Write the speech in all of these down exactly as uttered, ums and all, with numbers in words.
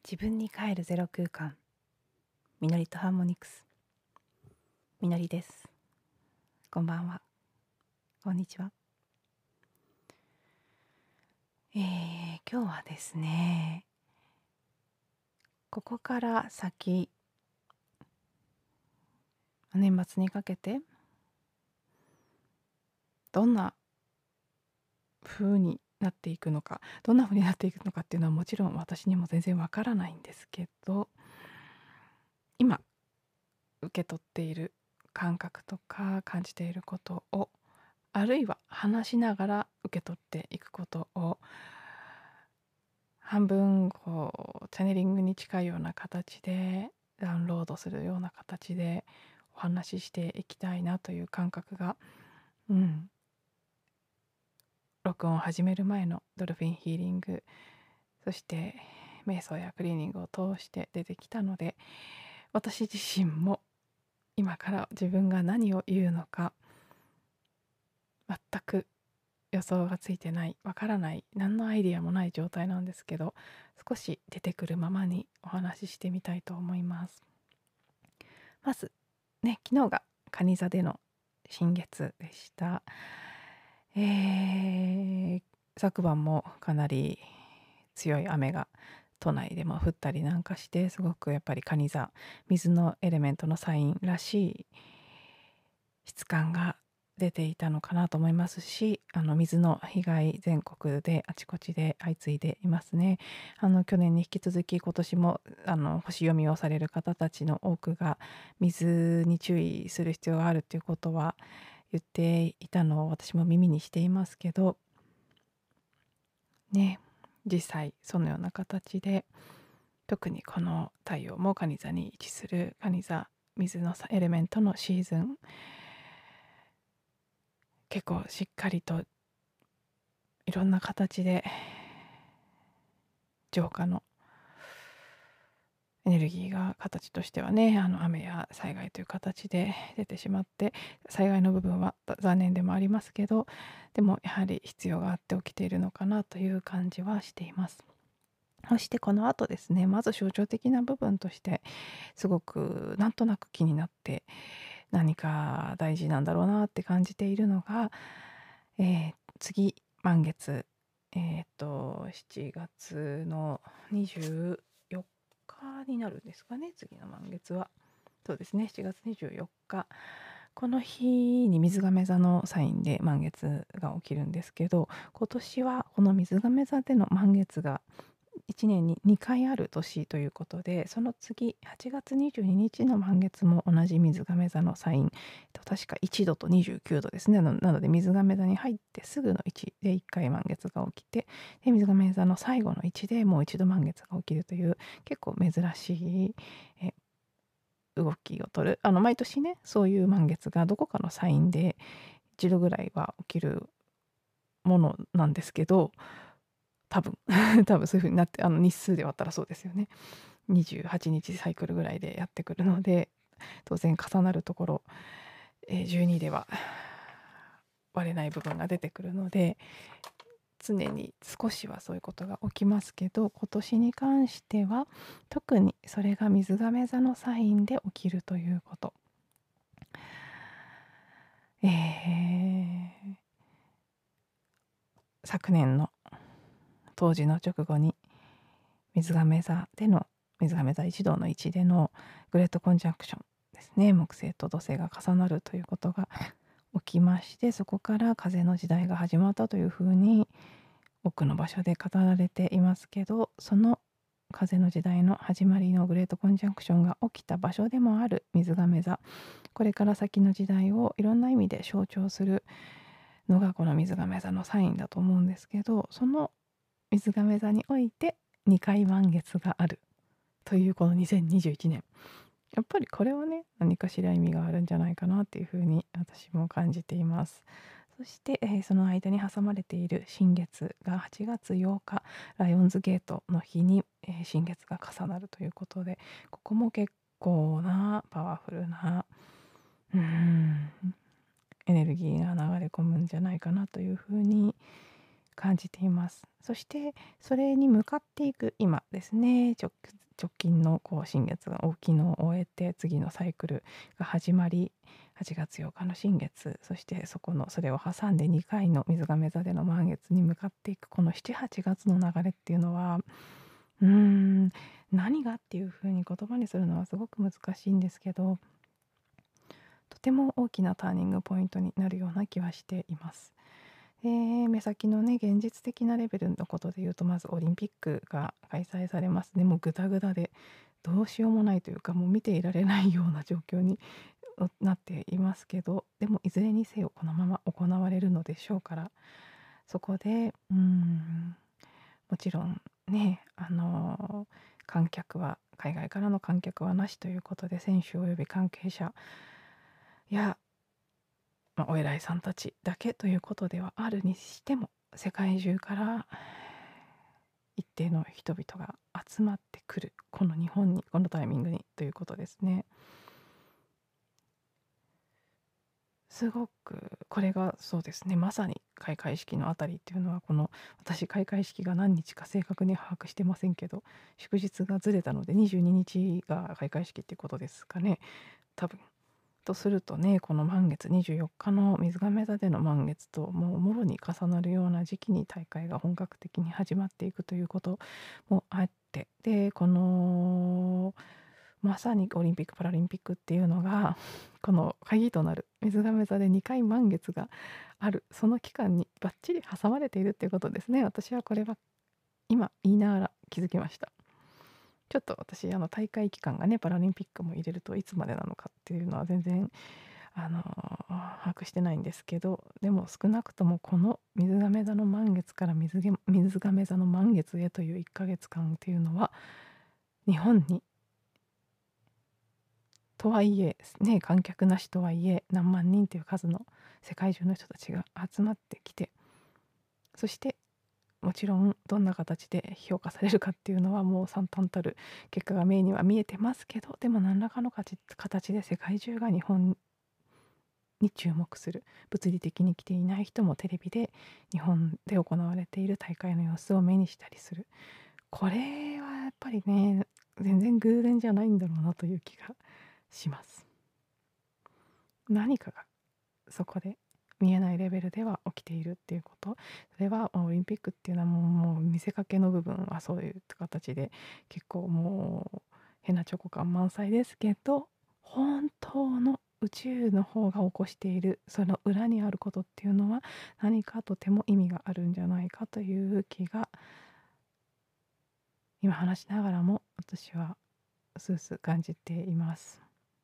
自分に帰るゼロ空間、みのりとハーモニクス。みのりです。こんばんは、こんにちは。えー、今日はですね、ここから先年末にかけてどんな風になっていくのかどんな風になっていくのかっていうのはもちろん私にも全然わからないんですけど、今受け取っている感覚とか感じていることを、あるいは話しながら受け取っていくことを、半分こうチャネリングに近いような形でダウンロードするような形でお話ししていきたいなという感覚が、うん、録音を始める前のドルフィンヒーリング、そして瞑想やクリーニングを通して出てきたので、私自身も今から自分が何を言うのか全く予想がついてない、わからない、何のアイディアもない状態なんですけど、少し出てくるままにお話ししてみたいと思います。まずね、昨日が蟹座での新月でした。えー、昨晩もかなり強い雨が都内でも降ったりなんかして、すごくやっぱり蟹座、水のエレメントのサインらしい質感が出ていたのかなと思いますし、あの水の被害全国であちこちで相次いでいますね。あの去年に引き続き今年もあの星読みをされる方たちの多くが水に注意する必要があるということは言っていたのを私も耳にしていますけどね、実際そのような形で、特にこの太陽も蟹座に位置する蟹座、水のエレメントのシーズン、結構しっかりといろんな形で浄化のエネルギーが形としてはね、あの雨や災害という形で出てしまって、災害の部分は残念でもありますけど、でもやはり必要があって起きているのかなという感じはしています。そしてこの後ですね、まず象徴的な部分としてすごくなんとなく気になって何か大事なんだろうなって感じているのが、えー次満月、えっとしちがつのにじゅうよっかになるんですかね、次の満月は。そうですね、しちがつにじゅうよっか、この日に水亀座のサインで満月が起きるんですけど、今年はこの水亀座での満月がいちねんににかいある年ということで、その次はちがつにじゅうににちの満月も同じ水亀座のサイン、確かいちどとにじゅうきゅうどですね。なので水亀座に入ってすぐのいちでいっかい満月が起きて、で水亀座の最後のいちでもう一度満月が起きるという、結構珍しいえ動きを取る、あの毎年ね、そういう満月がどこかのサインでいちどぐらいは起きるものなんですけど、多分多分そういう風になって、あの日数で割ったらそうですよね。にじゅうはちにちサイクルぐらいでやってくるので、当然重なるところ、えー、じゅうにでは割れない部分が出てくるので、常に少しはそういうことが起きますけど、今年に関しては特にそれが水亀座のサインで起きるということ。えー、昨年の冬至の直後に水亀座での水亀座一同の一でのグレートコンジャンクションですね、木星と土星が重なるということが起きまして、そこから風の時代が始まったというふうに多くの場所で語られていますけど、その風の時代の始まりのグレートコンジャンクションが起きた場所でもある水亀座、これから先の時代をいろんな意味で象徴するのがこの水亀座のサインだと思うんですけど、その水亀座においてにかい満月があるというこのにせんにじゅういちねん、やっぱりこれはね、何かしら意味があるんじゃないかなっていうふうに私も感じています。そして、えーその間に挟まれている新月がはちがつようか、ライオンズゲートの日に、えー新月が重なるということで、ここも結構なパワフルなうーんエネルギーが流れ込むんじゃないかなというふうに感じています。そしてそれに向かっていく今ですね、直直近のこう新月が大きいのを終えて次のサイクルが始まり、はちがつようかの新月、そしてそこのそれを挟んでにかいの水亀座での満月に向かっていくこのしち、はちがつの流れっていうのは、うーん何がっていうふうに言葉にするのはすごく難しいんですけど、とても大きなターニングポイントになるような気はしています。で目先のね現実的なレベルのことで言うと、まずオリンピックが開催されますね。もうグダグダでどうしようもないというか、もう見ていられないような状況になっていますけど、でもいずれにせよこのまま行われるのでしょうから、そこでうーんもちろんね、あの観客は海外からの観客はなしということで、選手および関係者や、まあ、お偉いさんたちだけということではあるにしても、世界中から一定の人々が集まってくるこの日本に、このタイミングにということですね。すごくこれがそうですね、まさに開会式のあたりっていうのは、この私開会式が何日か正確に把握してませんけど、祝日がずれたのでにじゅうににちが開会式っていうことですかね、多分。とするとね、この満月にじゅうよっかの水亀座での満月ともうもろに重なるような時期に大会が本格的に始まっていくということもあって、でこのまさにオリンピック・パラリンピックっていうのがこの鍵となる水亀座でにかい満月があるその期間にバッチリ挟まれているっていうことですね。私はこれは今言いながら気づきました。ちょっと私あの大会期間がねパラリンピックも入れるといつまでなのかっていうのは全然あの把握してないんですけど、でも少なくともこの水亀座の満月から水げ水亀座の満月へといういっかげつかんっていうのは、日本にとはいえね、観客なしとはいえ何万人という数の世界中の人たちが集まってきて、そしてもちろんどんな形で評価されるかっていうのはもう惨憺たる結果が目には見えてますけど、でも何らかの形で世界中が日本に注目する、物理的に来ていない人もテレビで日本で行われている大会の様子を目にしたりする、これはやっぱりね全然偶然じゃないんだろうなという気がします。何かがそこで見えないレベルでは起きているっていうこと、それはオリンピックっていうのはもう、もう見せかけの部分はそういう形で結構もう変なチョコ感満載ですけど、本当の宇宙の方が起こしているその裏にあることっていうのは何かとても意味があるんじゃないかという気が今話しながらも私はスースー感じています。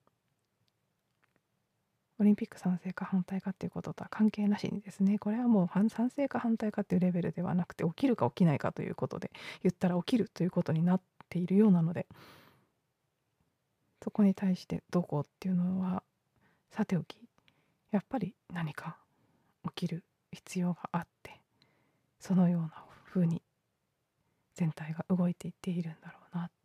オリンピック賛成か反対かっていうこととは関係なしにですね、これはもう反賛成か反対かっていうレベルではなくて、起きるか起きないかということで言ったら起きるということになっているようなので、そこに対してどうこうっていうのはさておき、やっぱり何か起きる必要があって、そのような風に全体が動いていっているんだろうな。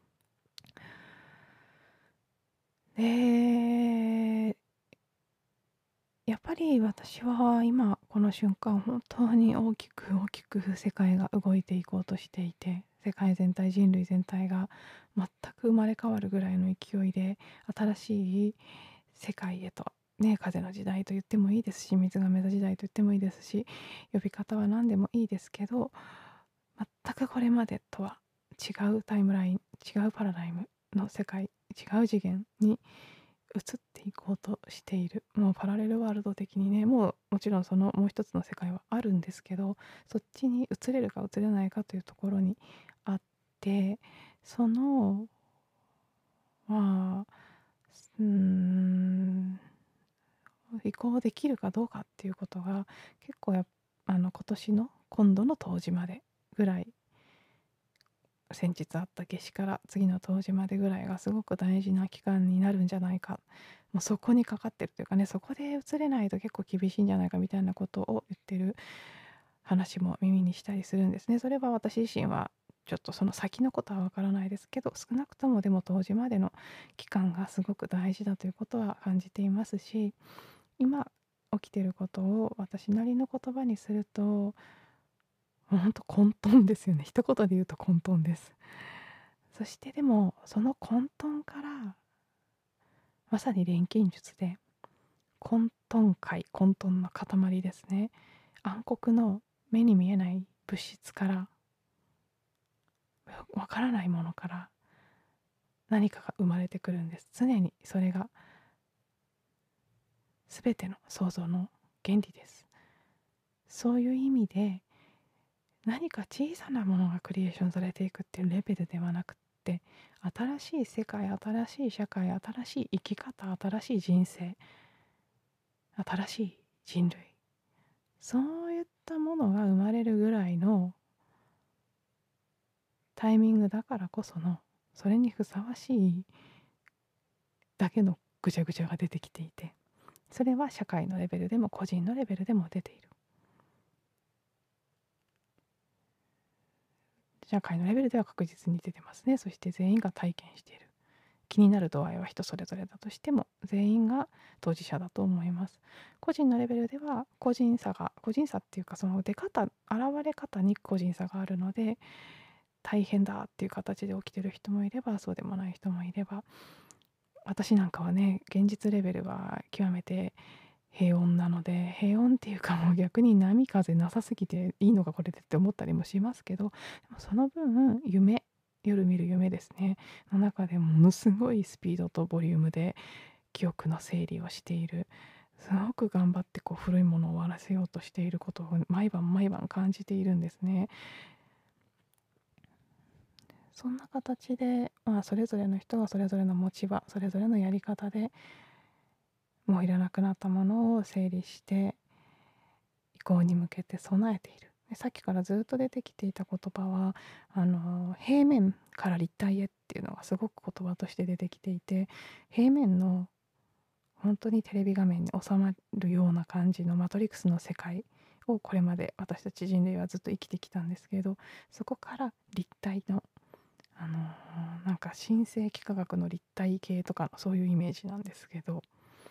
でやっぱり私は今この瞬間本当に大きく大きく世界が動いていこうとしていて、世界全体人類全体が全く生まれ変わるぐらいの勢いで新しい世界へと、ね、風の時代と言ってもいいですし、水亀座時代と言ってもいいですし、呼び方は何でもいいですけど、全くこれまでとは違うタイムライン、違うパラダイムの世界、違う次元に移っていこうとしている、もうパラレルワールド的にね、もうもちろんそのもう一つの世界はあるんですけど、そっちに移れるか移れないかというところにあって、そのまあうーん移行できるかどうかっていうことが結構やあの今年の今度の冬至までぐらい、先日あった夏至から次の冬至までぐらいがすごく大事な期間になるんじゃないか、もうそこにかかってるというかね、そこで移れないと結構厳しいんじゃないかみたいなことを言ってる話も耳にしたりするんですね。それは私自身はちょっとその先のことはわからないですけど、少なくともでも冬至までの期間がすごく大事だということは感じていますし、今起きてることを私なりの言葉にすると、 もうほんと混沌ですよね。一言で言うと混沌です。そしてでもその混沌からまさに錬金術で混沌界混沌の塊ですね。暗黒の目に見えない物質からわからないものから何かが生まれてくるんです。常にそれが全ての創造の原理です。そういう意味で何か小さなものがクリエーションされていくっていうレベルではなくって、新しい世界、新しい社会、新しい生き方、新しい人生、新しい人類、そういったものが生まれるぐらいのタイミングだからこその、それにふさわしいだけのぐちゃぐちゃが出てきていて、それは社会のレベルでも個人のレベルでも出ている。社会のレベルでは確実に出てますね。そして全員が体験している。気になる度合いは人それぞれだとしても全員が当事者だと思います。個人のレベルでは個人差が個人差っていうか、その出方現れ方に個人差があるので、大変だっていう形で起きてる人もいればそうでもない人もいれば、私なんかはね現実レベルは極めて平穏なので、平穏っていうかもう逆に波風なさすぎていいのかこれでって思ったりもしますけど、でもその分夢夜見る夢ですねの中でものすごいスピードとボリュームで記憶の整理をしている、すごく頑張ってこう古いものを終わらせようとしていることを毎晩毎晩感じているんですね。そんな形で、まあ、それぞれの人がそれぞれの持ち場それぞれのやり方でもういらなくなったものを整理して移行に向けて備えている。でさっきからずっと出てきていた言葉はあの平面から立体へっていうのがすごく言葉として出てきていて、平面の本当にテレビ画面に収まるような感じのマトリックスの世界をこれまで私たち人類はずっと生きてきたんですけれど、そこから立体のあのーなんか新世紀科学の立体系とかのそういうイメージなんですけど、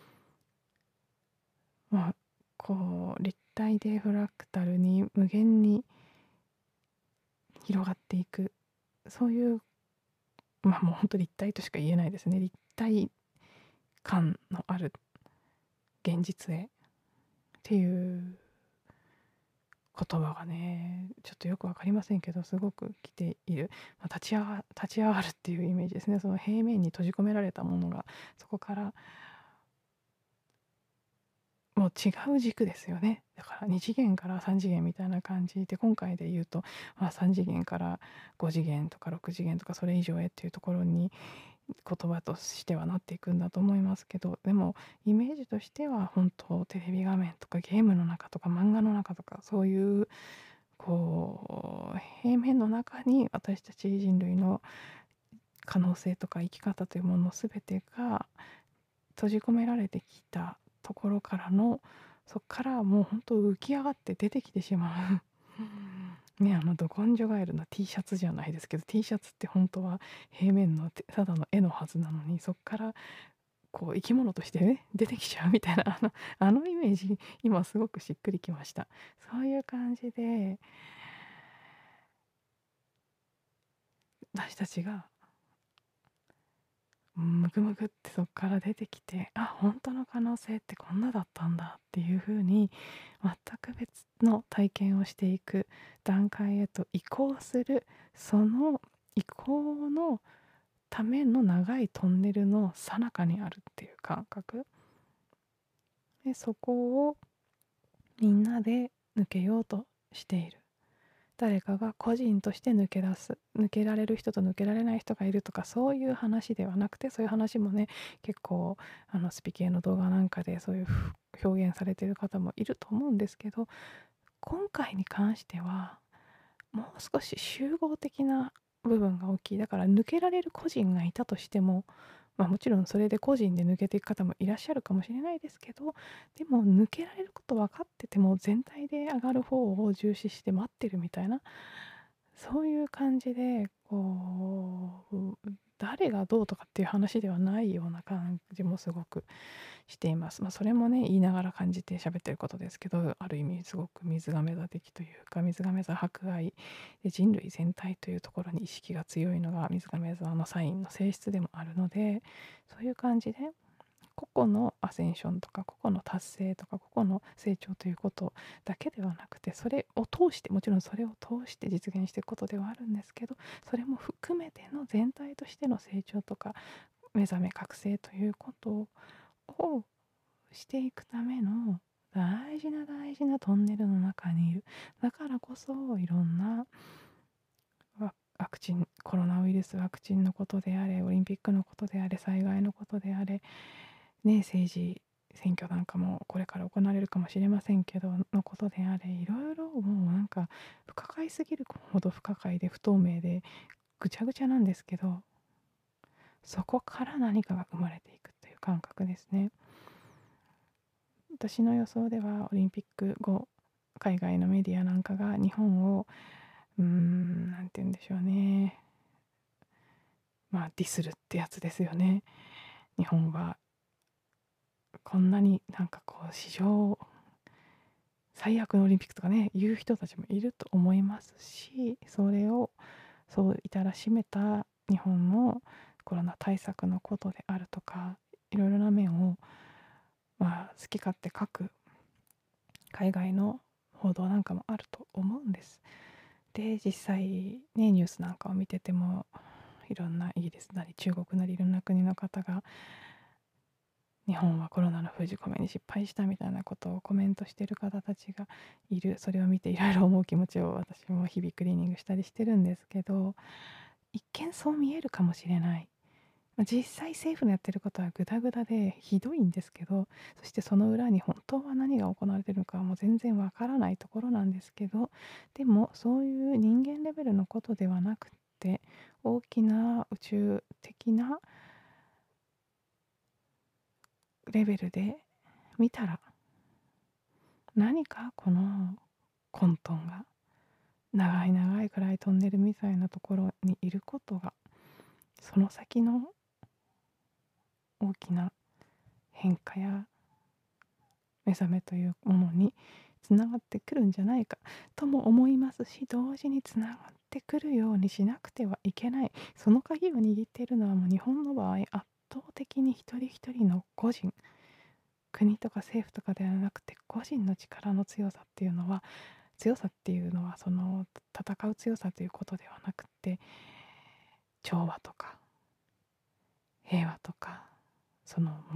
まあこう立体でフラクタルに無限に広がっていく、そういう、まあもう本当立体としか言えないですね。立体感のある現実へっていう言葉がねちょっとよく分かりませんけどすごく来ている、まあ、立ち上が立ち上がるっていうイメージですね。その平面に閉じ込められたものがそこからもう違う軸ですよね。だからに次元からさん次元みたいな感じで、今回で言うと、まあ、さん次元からご次元とかろく次元とかそれ以上へっていうところに言葉としてはなっていくんだと思いますけど、でもイメージとしては本当テレビ画面とかゲームの中とか漫画の中とかそういうこう平面の中に私たち人類の可能性とか生き方というもの全てが閉じ込められてきたところからの、そこからもう本当浮き上がって出てきてしまうね、あのど根性ガエルの T シャツじゃないですけど、 T シャツって本当は平面のただの絵のはずなのに、そこからこう生き物としてね出てきちゃうみたいな、あのあのイメージ今すごくしっくりきました。そういう感じで私たちがムクムクってそこから出てきて、あ、本当の可能性ってこんなだったんだっていう風に全く別の体験をしていく段階へと移行する、その移行のための長いトンネルの最中にあるっていう感覚で、そこをみんなで抜けようとしている。誰かが個人として抜け出す、抜けられる人と抜けられない人がいるとかそういう話ではなくて、そういう話もね結構あのスピ系の動画なんかでそういう表現されている方もいると思うんですけど、今回に関してはもう少し集合的な部分が大きい。だから抜けられる個人がいたとしても、まあ、もちろんそれで個人で抜けていく方もいらっしゃるかもしれないですけど、でも抜けられること分かってても全体で上がる方を重視して待ってるみたいな、 そういう感じでこう誰がどうとかっていう話ではないような感じもすごくしています。まあ、それもね言いながら感じて喋ってることですけど、ある意味すごく水亀座的というか、水亀座博愛で人類全体というところに意識が強いのが水亀座のサインの性質でもあるので、そういう感じで個々のアセンションとか個々の達成とか個々の成長ということだけではなくて、それを通してもちろんそれを通して実現していくことではあるんですけど、それも含めての全体としての成長とか目覚め覚醒ということをしていくための大事な大事なトンネルの中にいる。だからこそいろんなワワクチン、コロナウイルスワクチンのことであれ、オリンピックのことであれ、災害のことであれ、ね、政治選挙なんかもこれから行われるかもしれませんけどのことであれ、いろいろもうなんか不可解すぎるほど不可解で不透明でぐちゃぐちゃなんですけど、そこから何かが生まれていくという感覚ですね。私の予想ではオリンピック後、海外のメディアなんかが日本をうーんなんて言うんでしょうね、まあディスるってやつですよね。日本はこんなになんかこう史上最悪のオリンピックとかね言う人たちもいると思いますし、それをそう至らしめた日本のコロナ対策のことであるとか、いろいろな面をまあ好き勝手書く海外の報道なんかもあると思うんです。で実際ねニュースなんかを見てても、いろんなイギリスなり中国なりいろんな国の方が日本はコロナの封じ込めに失敗したみたいなことをコメントしてる方たちがいる。それを見ていろいろ思う気持ちを私も日々クリーニングしたりしてるんですけど、一見そう見えるかもしれない。まあ実際政府のやってることはグダグダでひどいんですけど、そしてその裏に本当は何が行われてるのかはもう全然わからないところなんですけど、でもそういう人間レベルのことではなくって大きな宇宙的なレベルで見たら、何かこの混沌が長い長い暗いトンネルみたいなところにいることが、その先の大きな変化や目覚めというものにつながってくるんじゃないかとも思いますし、同時につながってくるようにしなくてはいけない、その鍵を握っているのはもう日本の場合圧倒的に一人一人の個人、国とか政府とかではなくて個人の力の強さっていうのは、強さっていうのはその戦う強さということではなくて、調和とか平和とか、その、うん、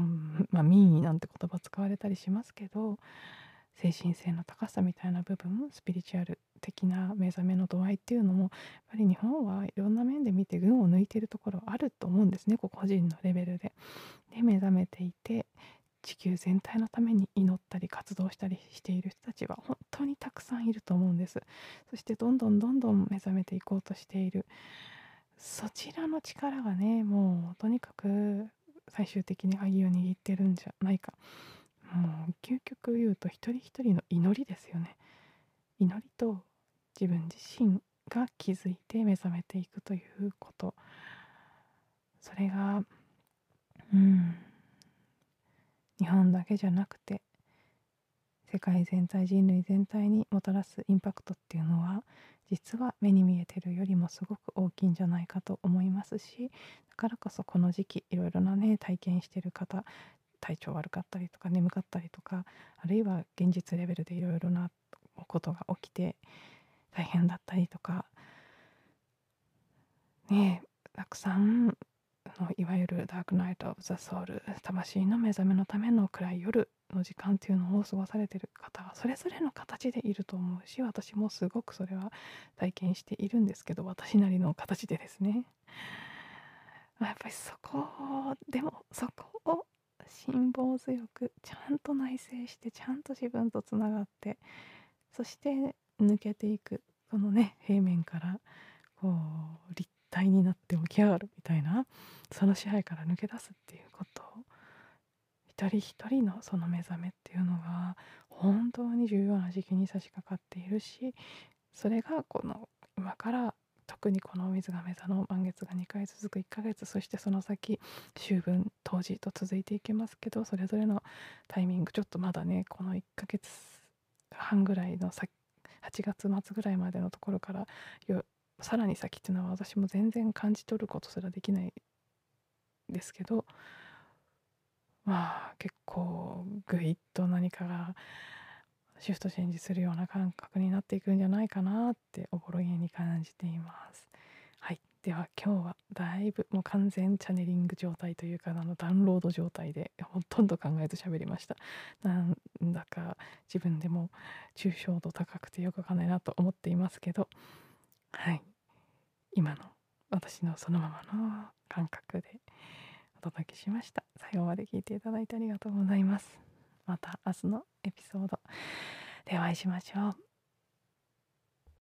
まあ民意なんて言葉使われたりしますけど、精神性の高さみたいな部分、スピリチュアル的な目覚めの度合いっていうのもやっぱり日本はいろんな面で見て群を抜いているところあると思うんですね、個人のレベルで。で目覚めていて、地球全体のために祈ったり活動したりしている人たちは本当にたくさんいると思うんです。そしてどんどんどんどん目覚めていこうとしている、そちらの力がね、もうとにかく最終的に鍵を握ってるんじゃないか。もう究極言うと一人一人の祈りですよね。祈りと自分自身が気づいて目覚めていくということ、それがうん日本だけじゃなくて世界全体、人類全体にもたらすインパクトっていうのは、実は目に見えてるよりもすごく大きいんじゃないかと思いますし、だからこそこの時期いろいろなね体験してる方、体調悪かったりとか眠かったりとか、あるいは現実レベルでいろいろなことが起きて大変だったりとかね、たくさんのいわゆるダークナイト・オブ・ザ・ソウル、魂の目覚めのための暗い夜の時間っていうのを過ごされている方はそれぞれの形でいると思うし、私もすごくそれは体験しているんですけど、私なりの形でですね、やっぱりそこでもそこを辛抱強くちゃんと内省して、ちゃんと自分とつながって、そして抜けていく、そのね平面からこう立体になって起き上がるみたいな、その支配から抜け出すっていうこと、一人一人のその目覚めっていうのが本当に重要な時期に差し掛かっているし、それがこの今から特にこの水亀座の満月がにかい続くいっかげつ、そしてその先秋分冬至と続いていきますけど、それぞれのタイミング、ちょっとまだねこのいっかげつはんぐらいの先、はちがつ末ぐらいまでのところからよさらに先っていうのは私も全然感じ取ることすらできないですけど、まあ結構グイッと何かがシフトチェンジするような感覚になっていくんじゃないかなっておぼろげに感じています。はい、では今日はだいぶもう完全チャネリング状態というか、あのダウンロード状態でほとんど考えず喋りました。なんだか自分でも抽象度高くてよくわかんないなと思っていますけど、はい、今の私のそのままの感覚でお届けしました。最後まで聞いていただいてありがとうございます。また明日のエピソードでお会いしましょう。